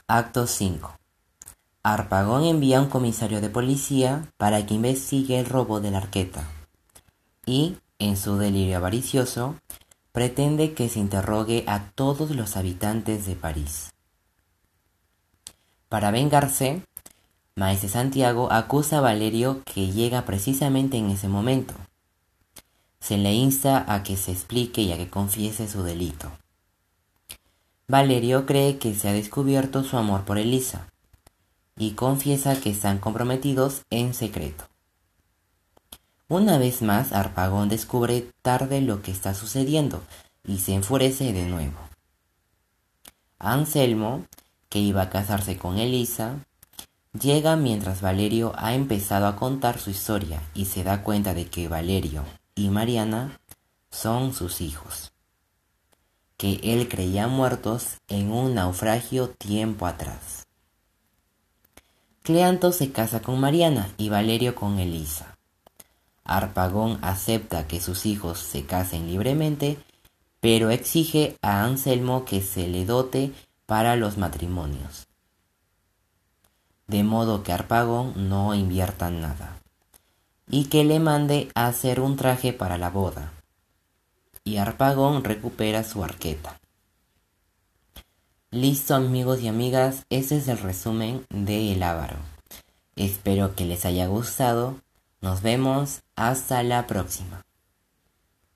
Acto 5. Harpagón envía a un comisario de policía para que investigue el robo de la arqueta y, en su delirio avaricioso, pretende que se interrogue a todos los habitantes de París. Para vengarse, Maese Santiago acusa a Valerio, que llega precisamente en ese momento. Se le insta a que se explique y a que confiese su delito. Valerio cree que se ha descubierto su amor por Elisa y confiesa que están comprometidos en secreto. Una vez más, Harpagón descubre tarde lo que está sucediendo y se enfurece de nuevo. Anselmo, que iba a casarse con Elisa, llega mientras Valerio ha empezado a contar su historia y se da cuenta de que Valerio y Mariana son sus hijos, que él creía muertos en un naufragio tiempo atrás. Cleanto se casa con Mariana y Valerio con Elisa. Harpagón acepta que sus hijos se casen libremente, pero exige a Anselmo que se le dote para los matrimonios, de modo que Harpagón no invierta nada, y que le mande a hacer un traje para la boda, y Harpagón recupera su arqueta. Listo, amigos y amigas, ese es el resumen de El Avaro. Espero que les haya gustado. Nos vemos hasta la próxima.